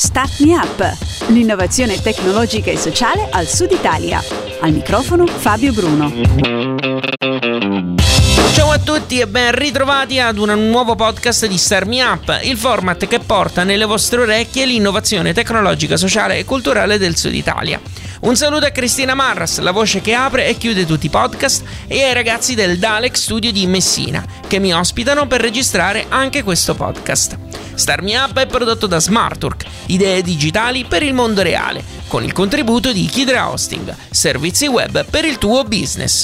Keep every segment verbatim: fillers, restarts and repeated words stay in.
Start Me Up, l'innovazione tecnologica e sociale al Sud Italia. Al microfono Fabio Bruno. Ciao a tutti e ben ritrovati ad un nuovo podcast di Start Me Up, il format che porta nelle vostre orecchie l'innovazione tecnologica, sociale e culturale del Sud Italia. Un saluto a Cristina Marras, la voce che apre e chiude tutti i podcast, e ai ragazzi del Dalek Studio di Messina, che mi ospitano per registrare anche questo podcast. Start Me Up è prodotto da Smartwork, idee digitali per il mondo reale, con il contributo di Kidra Hosting, servizi web per il tuo business.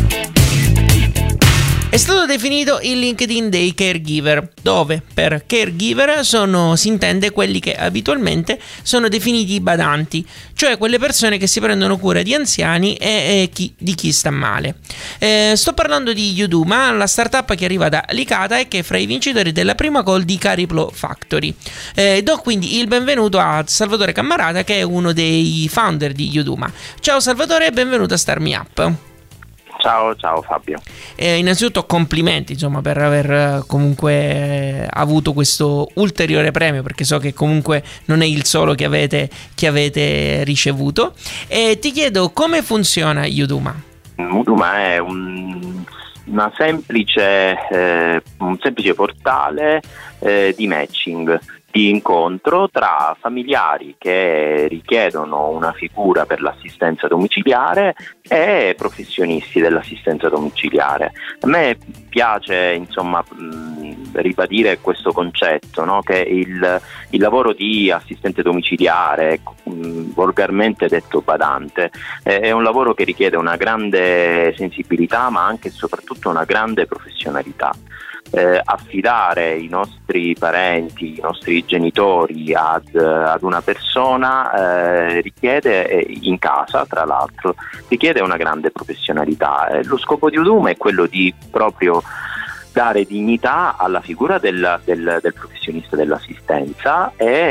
È stato definito il LinkedIn dei caregiver, dove per caregiver sono, si intende quelli che abitualmente sono definiti badanti, cioè quelle persone che si prendono cura di anziani e, e chi, di chi sta male. Eh, sto parlando di Uduma, la startup che arriva da Licata e che è fra i vincitori della prima call di Cariplo Factory. Eh, do quindi il benvenuto a Salvatore Cammarata, che è uno dei founder di Uduma. Ciao Salvatore e benvenuto a Start Me Up. Ciao, ciao Fabio. Eh, innanzitutto complimenti, insomma, per aver eh, comunque eh, avuto questo ulteriore premio, perché so che comunque non è il solo che avete, che avete ricevuto. E ti chiedo come funziona Uduma. Uduma è un, una semplice, eh, un semplice portale eh, di matching, di incontro tra familiari che richiedono una figura per l'assistenza domiciliare e professionisti dell'assistenza domiciliare. A me piace insomma mh, ribadire questo concetto, no? Che il, il lavoro di assistente domiciliare, mh, volgarmente detto badante, eh, è un lavoro che richiede una grande sensibilità ma anche e soprattutto una grande professionalità. Eh, affidare i nostri parenti, i nostri genitori ad, ad una persona eh, richiede, eh, in casa tra l'altro, richiede una grande professionalità. Eh, lo scopo di Uduma è quello di proprio dare dignità alla figura del, del, del professionista dell'assistenza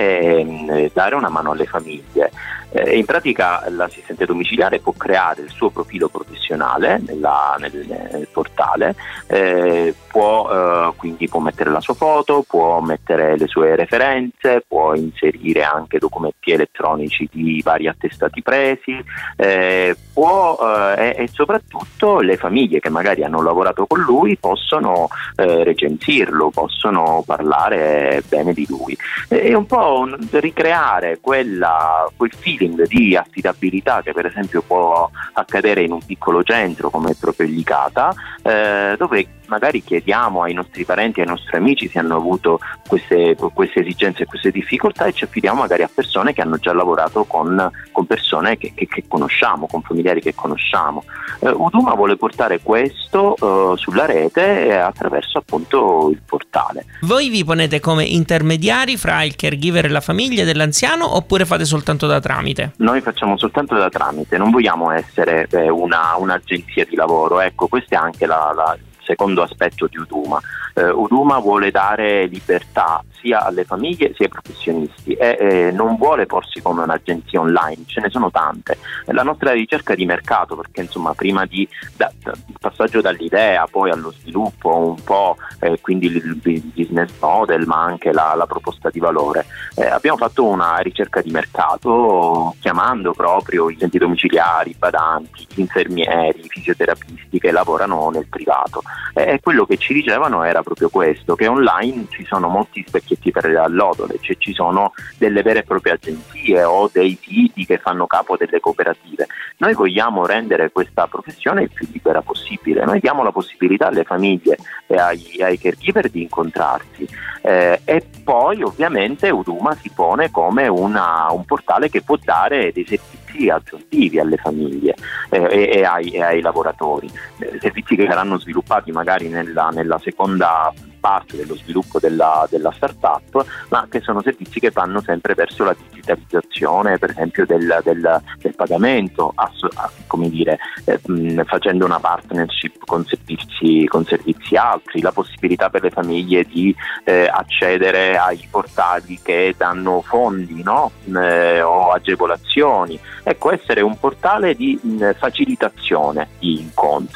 e eh, dare una mano alle famiglie. Eh, in pratica l'assistente domiciliare può creare il suo profilo professionale nella, nel, nel portale, eh, può eh, quindi può mettere la sua foto, può mettere le sue referenze, può inserire anche documenti elettronici di vari attestati presi, eh, può eh, e soprattutto le famiglie che magari hanno lavorato con lui possono eh, recensirlo, possono parlare bene di lui. È un po' un, ricreare quella, quel feeling di affidabilità che per esempio può accadere in un piccolo centro come proprio Licata, eh, dove magari chiediamo ai nostri parenti, ai nostri amici se hanno avuto queste, queste esigenze e queste difficoltà, e ci affidiamo magari a persone che hanno già lavorato con, con persone che, che, che conosciamo, con familiari che conosciamo. Eh, Uduma vuole portare questo eh, sulla rete attraverso appunto il portale. Voi vi ponete come intermediari fra il caregiver e la famiglia dell'anziano, oppure fate soltanto da tramite? Noi facciamo soltanto da tramite, non vogliamo essere eh, una, un'agenzia di lavoro. Ecco, questo è anche la, la secondo aspetto di Uduma. Uh, Uduma vuole dare libertà sia alle famiglie sia ai professionisti e eh, non vuole porsi come un'agenzia online, ce ne sono tante. La nostra ricerca di mercato, perché insomma prima di da, da, il passaggio dall'idea poi allo sviluppo un po', eh, quindi il, il business model ma anche la, la proposta di valore, eh, abbiamo fatto una ricerca di mercato chiamando proprio i centri domiciliari, i badanti, gli infermieri, i fisioterapisti che lavorano nel privato, e eh, quello che ci dicevano era proprio questo, che online ci sono molti specchietti per le allodole, cioè ci sono delle vere e proprie agenzie o dei siti che fanno capo delle cooperative. Noi vogliamo rendere questa professione il più libera possibile, noi diamo la possibilità alle famiglie e ai, ai caregiver di incontrarsi, eh, e poi ovviamente Uduma si pone come una, un portale che può dare dei servizi aggiuntivi alle famiglie eh, e, e, ai, e ai lavoratori, eh, servizi che saranno sviluppati magari nella, nella seconda parte dello sviluppo della, della startup, ma che sono servizi che vanno sempre verso la digitalizzazione, per esempio del, del, del pagamento, ass- come dire, eh, mh, facendo una partnership con servizi, con servizi altri, la possibilità per le famiglie di eh, accedere ai portali che danno fondi, no? eh, o agevolazioni. Ecco, essere un portale di mh, facilitazione di incontro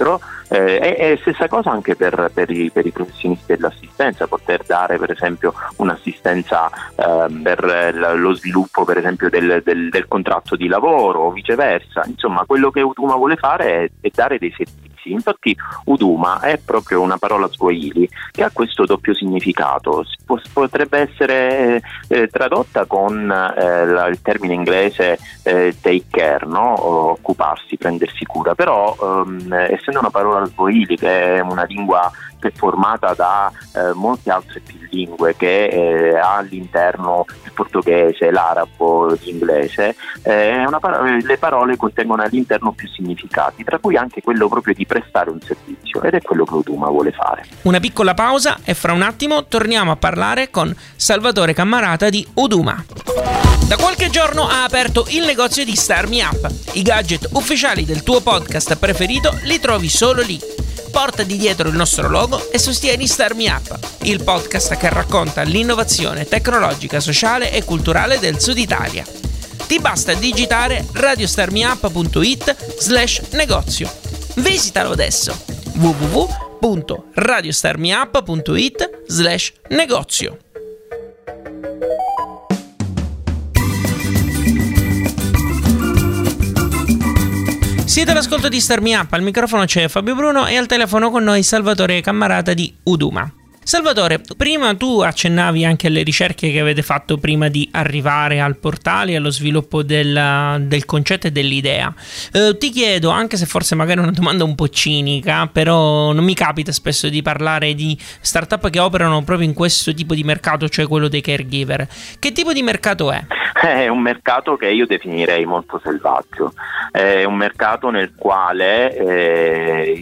Eh, e, e stessa cosa anche per, per, i, per i professionisti dell'assistenza, poter dare per esempio un'assistenza eh, per lo sviluppo per esempio del, del, del contratto di lavoro o viceversa. Insomma, quello che Uduma vuole fare è, è dare dei servizi. Infatti Uduma è proprio una parola swahili che ha questo doppio significato. Potrebbe essere eh, tradotta con eh, la, il termine inglese eh, take care, no? Occuparsi, prendersi cura, però ehm, essendo una parola swahili che è una lingua che è formata da eh, molte altre più lingue, che eh, ha all'interno il portoghese, l'arabo, l'inglese, eh, una par- le parole contengono all'interno più significati, tra cui anche quello proprio di prestare un servizio, ed è quello che Uduma vuole fare. Una piccola pausa e fra un attimo torniamo a parlare con Salvatore Cammarata di Uduma. Da qualche giorno ha aperto il negozio di Start Me Up. I gadget ufficiali del tuo podcast preferito li trovi solo lì. Portati dietro il nostro logo e sostieni Start Me Up, il podcast che racconta l'innovazione tecnologica, sociale e culturale del Sud Italia. Ti basta digitare radiostarmeup.it slash negozio. Visitalo adesso, w w w punto radiostarmeup.it slash negozio. Siete all'ascolto di Start Me Up, al microfono c'è Fabio Bruno e al telefono con noi Salvatore Cammarata di Uduma. Salvatore, prima tu accennavi anche alle ricerche che avete fatto prima di arrivare al portale e allo sviluppo del, del concetto e dell'idea. Eh, ti chiedo, anche se forse magari è una domanda un po' cinica, però non mi capita spesso di parlare di startup che operano proprio in questo tipo di mercato, cioè quello dei caregiver. Che tipo di mercato è? È un mercato che io definirei molto selvaggio, è un mercato nel quale eh,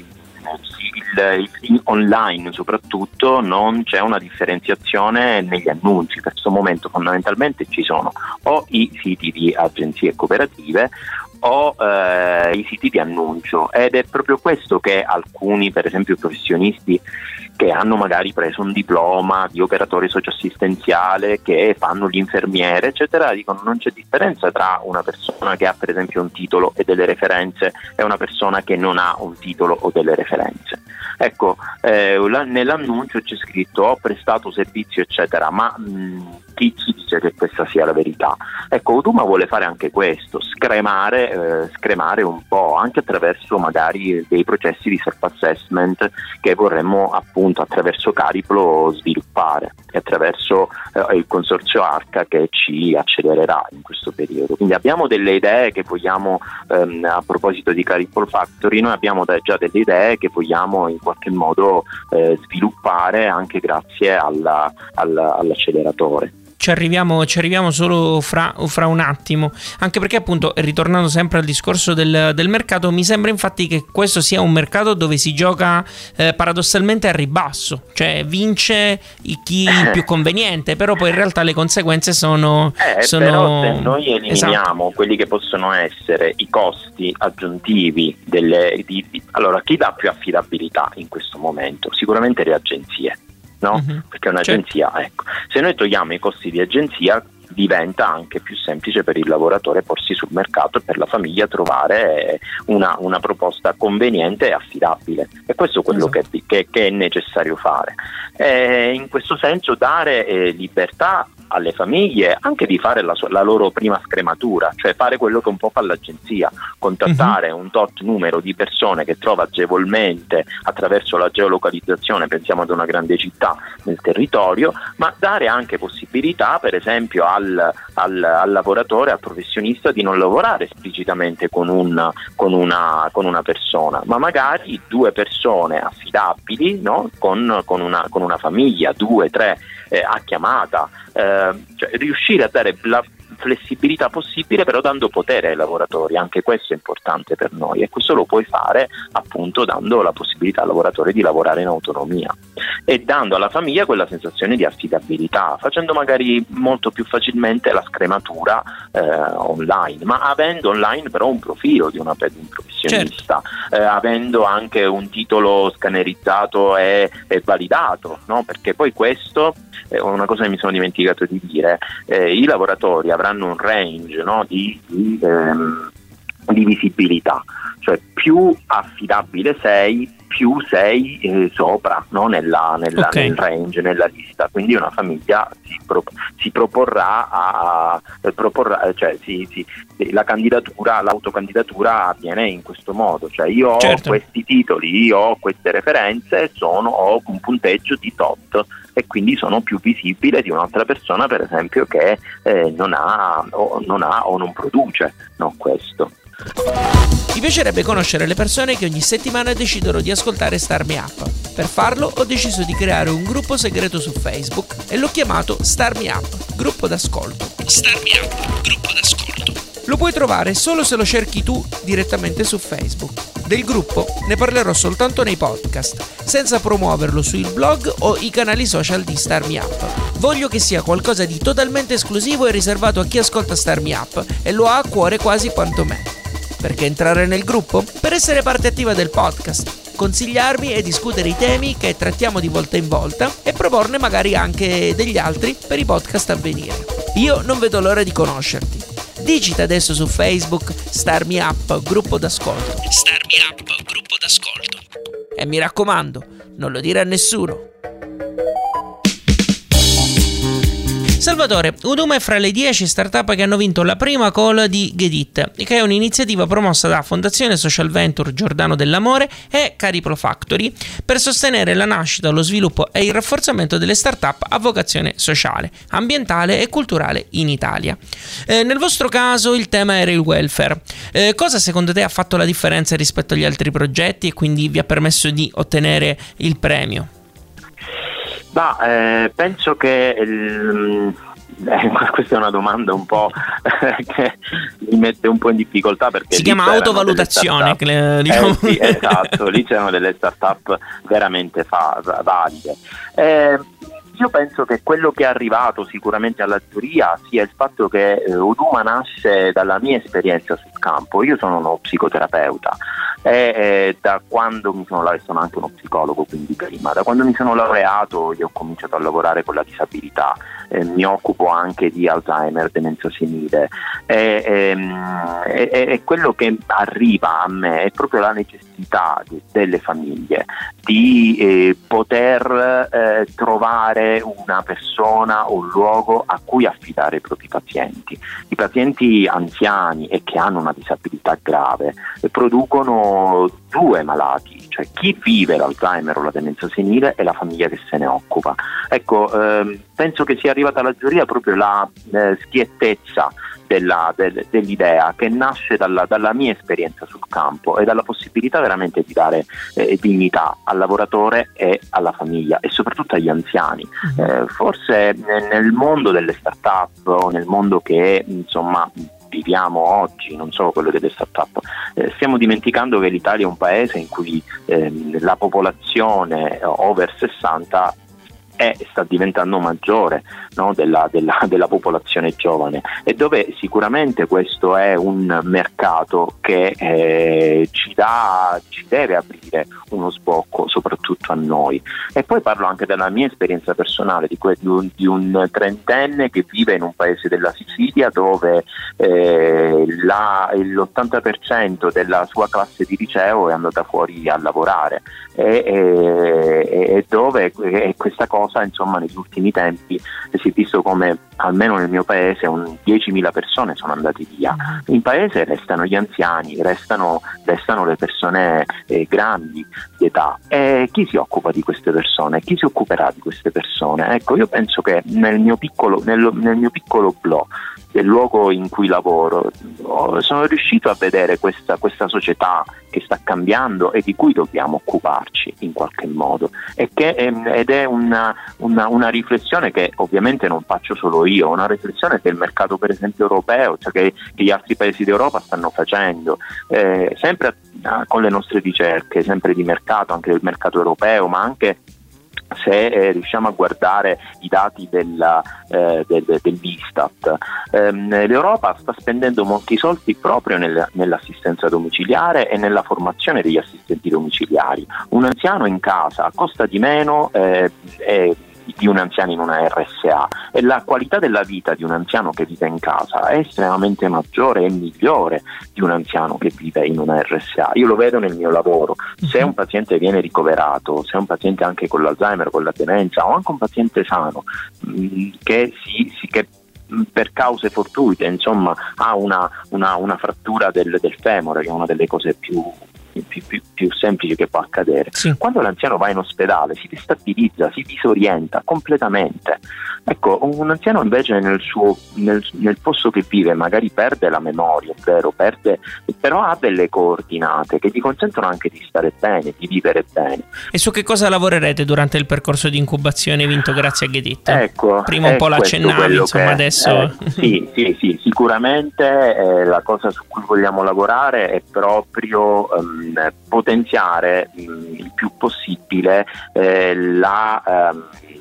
il, il, online soprattutto non c'è una differenziazione negli annunci. Per questo momento fondamentalmente ci sono o i siti di agenzie cooperative o eh, i siti di annuncio, ed è proprio questo che alcuni per esempio professionisti che hanno magari preso un diploma di operatore socioassistenziale, che fanno gli infermiere eccetera, dicono non c'è differenza tra una persona che ha per esempio un titolo e delle referenze e una persona che non ha un titolo o delle referenze. Ecco, eh, nell'annuncio c'è scritto ho prestato servizio eccetera, ma mh, chi ci dice che questa sia la verità? Ecco, Uduma vuole fare anche questo, scremare, eh, scremare un po', anche attraverso magari dei processi di self-assessment che vorremmo appunto attraverso Cariplo sviluppare, e attraverso eh, il consorzio Arca che ci accelererà in questo periodo. Quindi abbiamo delle idee che vogliamo, ehm, a proposito di Cariplo Factory, noi abbiamo già delle idee che vogliamo in qualche modo eh, sviluppare anche grazie alla, alla, all'acceleratore. Ci arriviamo, ci arriviamo solo fra, fra un attimo, anche perché appunto, ritornando sempre al discorso del, del mercato, mi sembra infatti che questo sia un mercato dove si gioca eh, paradossalmente a ribasso, cioè vince chi il più conveniente, però poi in realtà le conseguenze sono, eh, sono... però se noi eliminiamo esatto. quelli che possono essere i costi aggiuntivi delle, di, di, allora chi dà più affidabilità in questo momento? Sicuramente le agenzie. No? Uh-huh. Perché un'agenzia, certo. Ecco, se noi togliamo i costi di agenzia diventa anche più semplice per il lavoratore porsi sul mercato e per la famiglia trovare una, una proposta conveniente e affidabile, e questo è quello esatto. che, che, che è necessario fare. E in questo senso dare eh, libertà alle famiglie anche di fare la, la loro prima scrematura, cioè fare quello che un po' fa l'agenzia, contattare uh-huh. un tot numero di persone che trova agevolmente attraverso la geolocalizzazione, pensiamo ad una grande città nel territorio, ma dare anche possibilità per esempio al, al, al lavoratore, al professionista di non lavorare esplicitamente con, un, con, una, con una persona, ma magari due persone affidabili, no? con, con, una, con una famiglia, due, tre eh, a chiamata, eh, cioè riuscire a dare la flessibilità possibile, però dando potere ai lavoratori. Anche questo è importante per noi, e questo lo puoi fare appunto dando la possibilità al lavoratore di lavorare in autonomia e dando alla famiglia quella sensazione di affidabilità, facendo magari molto più facilmente la scrematura eh, online, ma avendo online però un profilo di, una, di un professionista, certo. eh, avendo anche un titolo scannerizzato e, e validato, no? Perché poi questo è una cosa che mi sono dimenticato di dire, eh, i lavoratori avranno un range, no, di, di, ehm, di visibilità, cioè più affidabile sei, più sei eh, sopra, no? nella, nella, okay. nel range, nella lista. Quindi una famiglia si, pro, si proporrà a proporrà, cioè si, si, la candidatura, l'autocandidatura avviene in questo modo, cioè io ho certo. questi titoli, io ho queste referenze, sono, ho un punteggio di tot e quindi sono più visibile di un'altra persona, per esempio, che eh, non ha o non ha o non produce no, questo. Mi piacerebbe conoscere le persone che ogni settimana decidono di ascoltare Star Me Up. Per farlo ho deciso di creare un gruppo segreto su Facebook e l'ho chiamato Star Me Up, gruppo d'ascolto. Star Me Up, gruppo d'ascolto. Lo puoi trovare solo se lo cerchi tu direttamente su Facebook. Del gruppo ne parlerò soltanto nei podcast, senza promuoverlo sul blog o i canali social di Star Me Up. Voglio che sia qualcosa di totalmente esclusivo e riservato a chi ascolta Star Me Up e lo ha a cuore quasi quanto me. Perché entrare nel gruppo? Per essere parte attiva del podcast, consigliarmi e discutere i temi che trattiamo di volta in volta e proporne magari anche degli altri per i podcast a venire. Io non vedo l'ora di conoscerti. Digita adesso su Facebook Star Me Up, gruppo d'ascolto. Star Me Up, gruppo d'ascolto. E mi raccomando, non lo dire a nessuno. Salvatore, Uduma è fra le dieci startup che hanno vinto la prima call di Gedit, che è un'iniziativa promossa da Fondazione Social Venture Giordano Dell'Amore e Cariplo Factory per sostenere la nascita, lo sviluppo e il rafforzamento delle startup a vocazione sociale, ambientale e culturale in Italia. Eh, nel vostro caso il tema era il welfare. Eh, cosa secondo te ha fatto la differenza rispetto agli altri progetti e quindi vi ha permesso di ottenere il premio? Ma eh, penso che il, eh, questa è una domanda un po' che mi mette un po' in difficoltà, perché si chiama autovalutazione, le, diciamo. eh, sì, esatto, lì c'erano delle startup veramente fa, valide. Eh, io penso che quello che è arrivato sicuramente alla giuria sia il fatto che eh, Uduma nasce dalla mia esperienza sul campo. Io sono uno psicoterapeuta e eh, da quando mi sono laureato, sono anche uno psicologo, quindi prima, da quando mi sono laureato io ho cominciato a lavorare con la disabilità, eh, mi occupo anche di Alzheimer, demenza senile e, ehm, e, e quello che arriva a me è proprio la necessità di, delle famiglie di eh, poter eh, trovare una persona o un luogo a cui affidare i propri pazienti. I pazienti anziani e che hanno una disabilità grave producono due malati, cioè chi vive l'Alzheimer o la demenza senile e la famiglia che se ne occupa. Ecco, ehm, penso che sia arrivata alla giuria proprio la eh, schiettezza Della, del, dell'idea che nasce dalla, dalla mia esperienza sul campo e dalla possibilità veramente di dare eh, dignità al lavoratore e alla famiglia e soprattutto agli anziani. Eh, forse nel mondo delle start-up o nel mondo che insomma viviamo oggi, non solo quello delle start-up, eh, stiamo dimenticando che l'Italia è un paese in cui eh, la popolazione over sessanta è, sta diventando maggiore, no, della, della, della popolazione giovane, e dove sicuramente questo è un mercato che eh, ci dà, ci deve aprire uno sbocco soprattutto a noi. E poi parlo anche della mia esperienza personale, di, que- di, un, di un trentenne che vive in un paese della Sicilia dove eh, la, l'ottanta per cento della sua classe di liceo è andata fuori a lavorare e, e, e dove e questa cosa insomma negli ultimi tempi si è visto come almeno nel mio paese un diecimila persone sono andate via. In paese restano gli anziani, restano, restano le persone eh, grandi di età, e chi si occupa di queste persone? Chi si occuperà di queste persone? Ecco, io penso che nel mio piccolo, nel, nel mio piccolo blog del luogo in cui lavoro sono riuscito a vedere questa, questa società che sta cambiando e di cui dobbiamo occuparci in qualche modo, e che, ed è una, una, una riflessione che ovviamente non faccio solo io, una riflessione che il mercato per esempio europeo, cioè che, che gli altri paesi d'Europa stanno facendo, eh, sempre a, con le nostre ricerche, sempre di mercato, anche del mercato europeo, ma anche se eh, riusciamo a guardare i dati della, eh, del, dell'Istat. Ehm, l'Europa sta spendendo molti soldi proprio nel, nell'assistenza domiciliare e nella formazione degli assistenti domiciliari. Un anziano in casa costa di meno eh, e di un anziano in una R S A, e la qualità della vita di un anziano che vive in casa è estremamente maggiore e migliore di un anziano che vive in una R S A. Io lo vedo nel mio lavoro: se un paziente viene ricoverato, se un paziente anche con l'Alzheimer, con la demenza, o anche un paziente sano mh, che si, si che per cause fortuite insomma ha una, una, una frattura del, del femore, che è una delle cose più Più, più, più semplice che può accadere, sì. Quando l'anziano va in ospedale si destabilizza, si disorienta completamente. Ecco, un anziano invece nel suo nel, nel posto che vive magari perde la memoria, è vero, perde, però ha delle coordinate che gli consentono anche di stare bene, di vivere bene. E su che cosa lavorerete durante il percorso di incubazione vinto grazie a Gedit? Ecco, prima un po' l'accennavi, insomma, che, adesso eh, sì, sì, sì, sicuramente eh, la cosa su cui vogliamo lavorare è proprio um, potenziare mh, il più possibile eh, la ehm,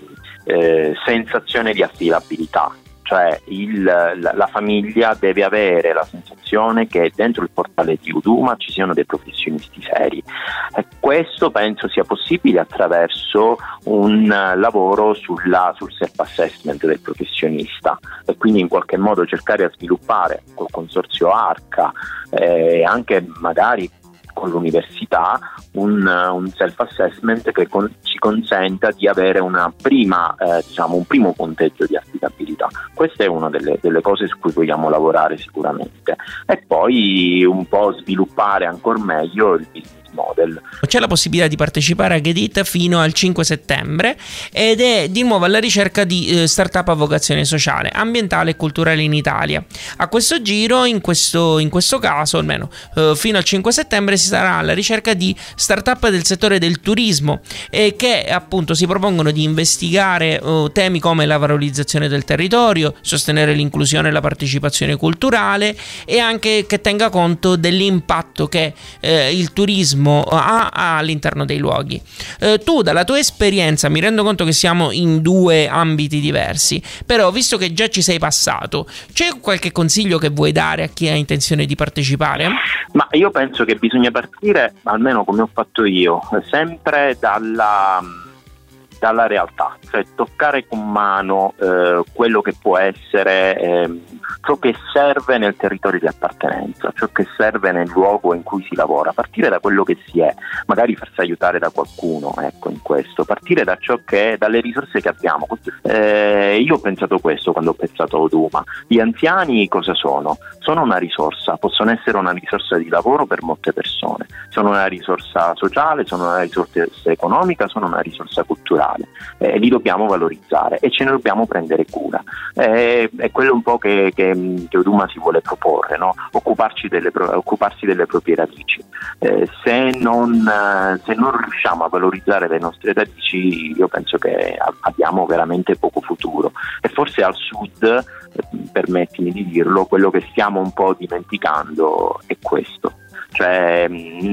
eh, sensazione di affidabilità, cioè il, la, la famiglia deve avere la sensazione che dentro il portale di Uduma ci siano dei professionisti seri, e questo penso sia possibile attraverso un lavoro sulla, sul self-assessment del professionista, e quindi in qualche modo cercare di sviluppare col consorzio ARCA e eh, anche magari con l'università un, un self-assessment che con, ci consenta di avere una prima, eh, diciamo, un primo punteggio di affidabilità. Questa è una delle, delle cose su cui vogliamo lavorare sicuramente, e poi un po' sviluppare ancora meglio il business model. C'è la possibilità di partecipare a Gedit fino al cinque settembre ed è di nuovo alla ricerca di eh, startup a vocazione sociale, ambientale e culturale in Italia. A questo giro, in questo, in questo caso almeno eh, fino al cinque settembre, si sarà alla ricerca di startup del settore del turismo e che appunto si propongono di investigare eh, temi come la valorizzazione del territorio, sostenere l'inclusione e la partecipazione culturale, e anche che tenga conto dell'impatto che eh, il turismo ha all'interno dei luoghi. Eh, tu, dalla tua esperienza, mi rendo conto che siamo in due ambiti diversi, però visto che già ci sei passato, c'è qualche consiglio che vuoi dare a chi ha intenzione di partecipare? Ma io penso che bisogna partire, almeno come ho fatto io, sempre dalla dalla realtà, cioè toccare con mano eh, quello che può essere eh, ciò che serve nel territorio di appartenenza, ciò che serve nel luogo in cui si lavora, partire da quello che si è, magari farsi aiutare da qualcuno, ecco, in questo, partire da ciò che, dalle risorse che abbiamo. Eh, io ho pensato questo quando ho pensato a Uduma: gli anziani cosa sono? Sono una risorsa, possono essere una risorsa di lavoro per molte persone, sono una risorsa sociale, sono una risorsa economica, sono una risorsa culturale. Eh, li dobbiamo valorizzare e ce ne dobbiamo prendere cura. Eh, è quello un po' che, che, che Uduma si vuole proporre, no? Occuparci delle, occuparsi delle proprie radici. Eh, se, non, se non riusciamo a valorizzare le nostre radici, io penso che abbiamo veramente poco futuro, e forse al sud, permettimi di dirlo, quello che stiamo un po' dimenticando è questo. Cioè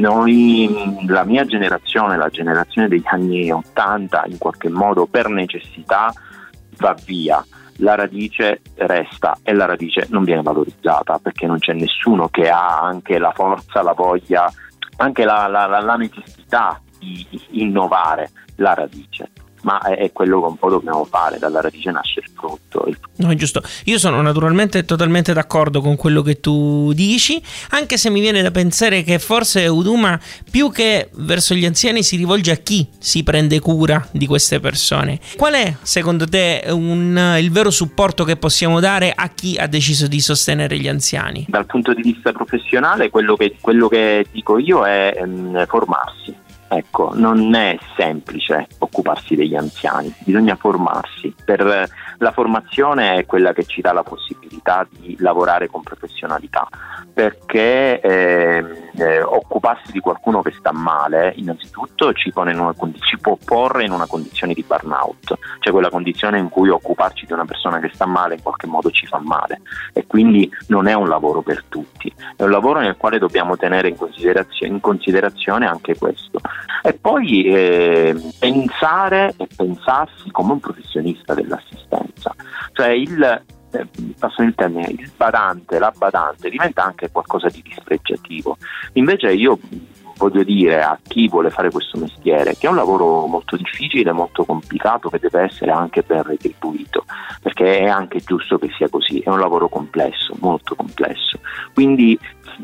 noi, la mia generazione, la generazione degli anni ottanta, in qualche modo per necessità va via, la radice resta e la radice non viene valorizzata, perché non c'è nessuno che ha anche la forza, la voglia, anche la, la, la necessità di innovare la radice. Ma è quello che un po' dobbiamo fare, dalla radice nasce il frutto. No, è giusto. Io sono naturalmente totalmente d'accordo con quello che tu dici, anche se mi viene da pensare che forse Uduma, più che verso gli anziani, si rivolge a chi si prende cura di queste persone. Qual è, secondo te, un, il vero supporto che possiamo dare a chi ha deciso di sostenere gli anziani? Dal punto di vista professionale, quello che, quello che dico io è um, formarsi. Ecco, non è semplice occuparsi degli anziani, bisogna formarsi. Per la formazione è quella che ci dà la possibilità di lavorare con professionalità, perché eh, eh, occuparsi di qualcuno che sta male, innanzitutto ci, pone in una, ci può porre in una condizione di burnout, cioè quella condizione in cui occuparci di una persona che sta male in qualche modo ci fa male, e quindi non è un lavoro per tutti, è un lavoro nel quale dobbiamo tenere in considerazione, in considerazione anche questo. E poi eh, pensare e pensarsi come un professionista dell'assistenza, cioè il, eh, passo il termine, il badante, la badante diventa anche qualcosa di dispregiativo. Invece io voglio dire a chi vuole fare questo mestiere che è un lavoro molto difficile, molto complicato, che deve essere anche ben retribuito, perché è anche giusto che sia così, è un lavoro complesso, molto complesso, quindi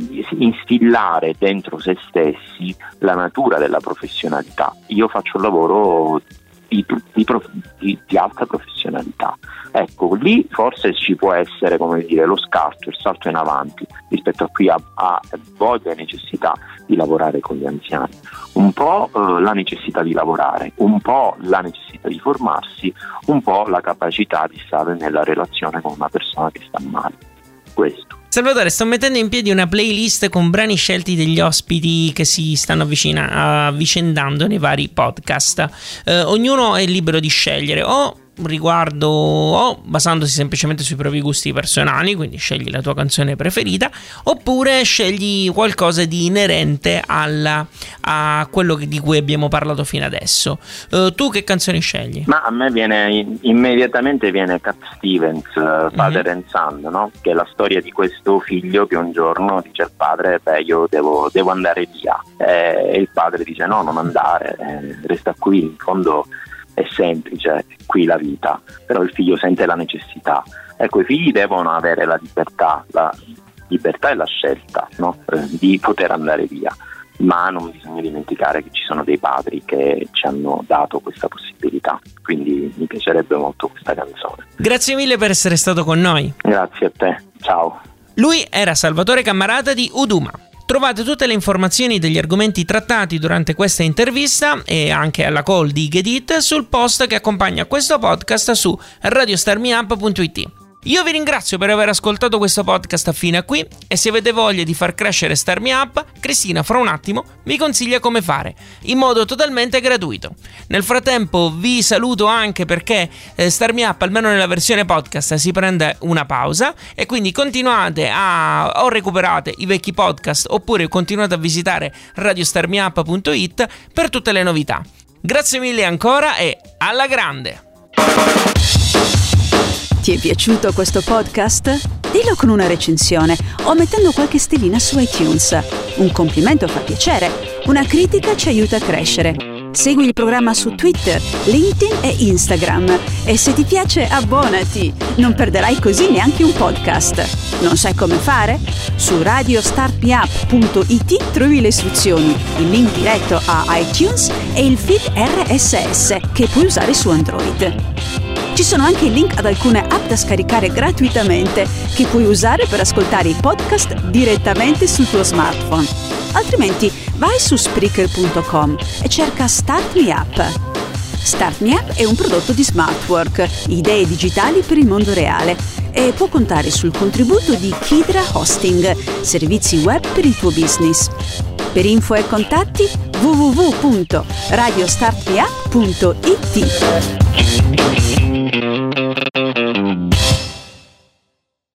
instillare dentro se stessi la natura della professionalità. Io faccio un lavoro di, di, di, di alta professionalità, ecco, lì forse ci può essere, come dire, lo scarto, il salto in avanti rispetto a chi ha, ha voglia e necessità di lavorare con gli anziani, un po' eh, la necessità di lavorare, un po' la necessità di formarsi, un po' la capacità di stare nella relazione con una persona che sta male. Questo. Salvatore, sto mettendo in piedi una playlist con brani scelti degli ospiti che si stanno avvicina, avvicendando nei vari podcast. Eh, ognuno è libero di scegliere o riguardo o basandosi semplicemente sui propri gusti personali, quindi scegli la tua canzone preferita, oppure scegli qualcosa di inerente alla, a quello di cui abbiamo parlato fino adesso. Uh, tu che canzoni scegli? Ma a me viene immediatamente viene Cat Stevens, uh, Father mm-hmm. and Son, no? Che è la storia di questo figlio che un giorno dice al padre: beh, io devo, devo andare via, eh, e il padre dice: no, non andare, eh, resta qui, in fondo è semplice, qui la vita, però il figlio sente la necessità. Ecco, i figli devono avere la libertà, la libertà e la scelta, no? eh, di poter andare via, ma non bisogna dimenticare che ci sono dei padri che ci hanno dato questa possibilità, quindi mi piacerebbe molto questa canzone. Grazie mille per essere stato con noi. Grazie a te, ciao. Lui era Salvatore Cammarata di Uduma. Trovate tutte le informazioni degli argomenti trattati durante questa intervista e anche alla call di Gedit sul post che accompagna questo podcast su radio star me up punto it. Io vi ringrazio per aver ascoltato questo podcast fino a qui e se avete voglia di far crescere Star Me Up, Cristina fra un attimo vi consiglia come fare, in modo totalmente gratuito. Nel frattempo vi saluto anche perché eh, Star Me Up, almeno nella versione podcast, si prende una pausa e quindi continuate a o recuperate i vecchi podcast oppure continuate a visitare radio star me up punto it per tutte le novità. Grazie mille ancora e alla grande! Ti è piaciuto questo podcast? Dillo con una recensione o mettendo qualche stellina su iTunes. Un complimento fa piacere, una critica ci aiuta a crescere. Segui il programma su Twitter, LinkedIn e Instagram e se ti piace abbonati, non perderai così neanche un podcast. Non sai come fare? Su radio start me up punto it trovi le istruzioni, il link diretto a iTunes e il feed R S S che puoi usare su Android. Ci sono anche i link ad alcune app da scaricare gratuitamente che puoi usare per ascoltare i podcast direttamente sul tuo smartphone. Altrimenti vai su spreaker punto com e cerca Start Me Up. Start Me Up è un prodotto di Smartwork, idee digitali per il mondo reale, e può contare sul contributo di Kidra Hosting, servizi web per il tuo business. Per info e contatti w w w punto radio start me up punto it.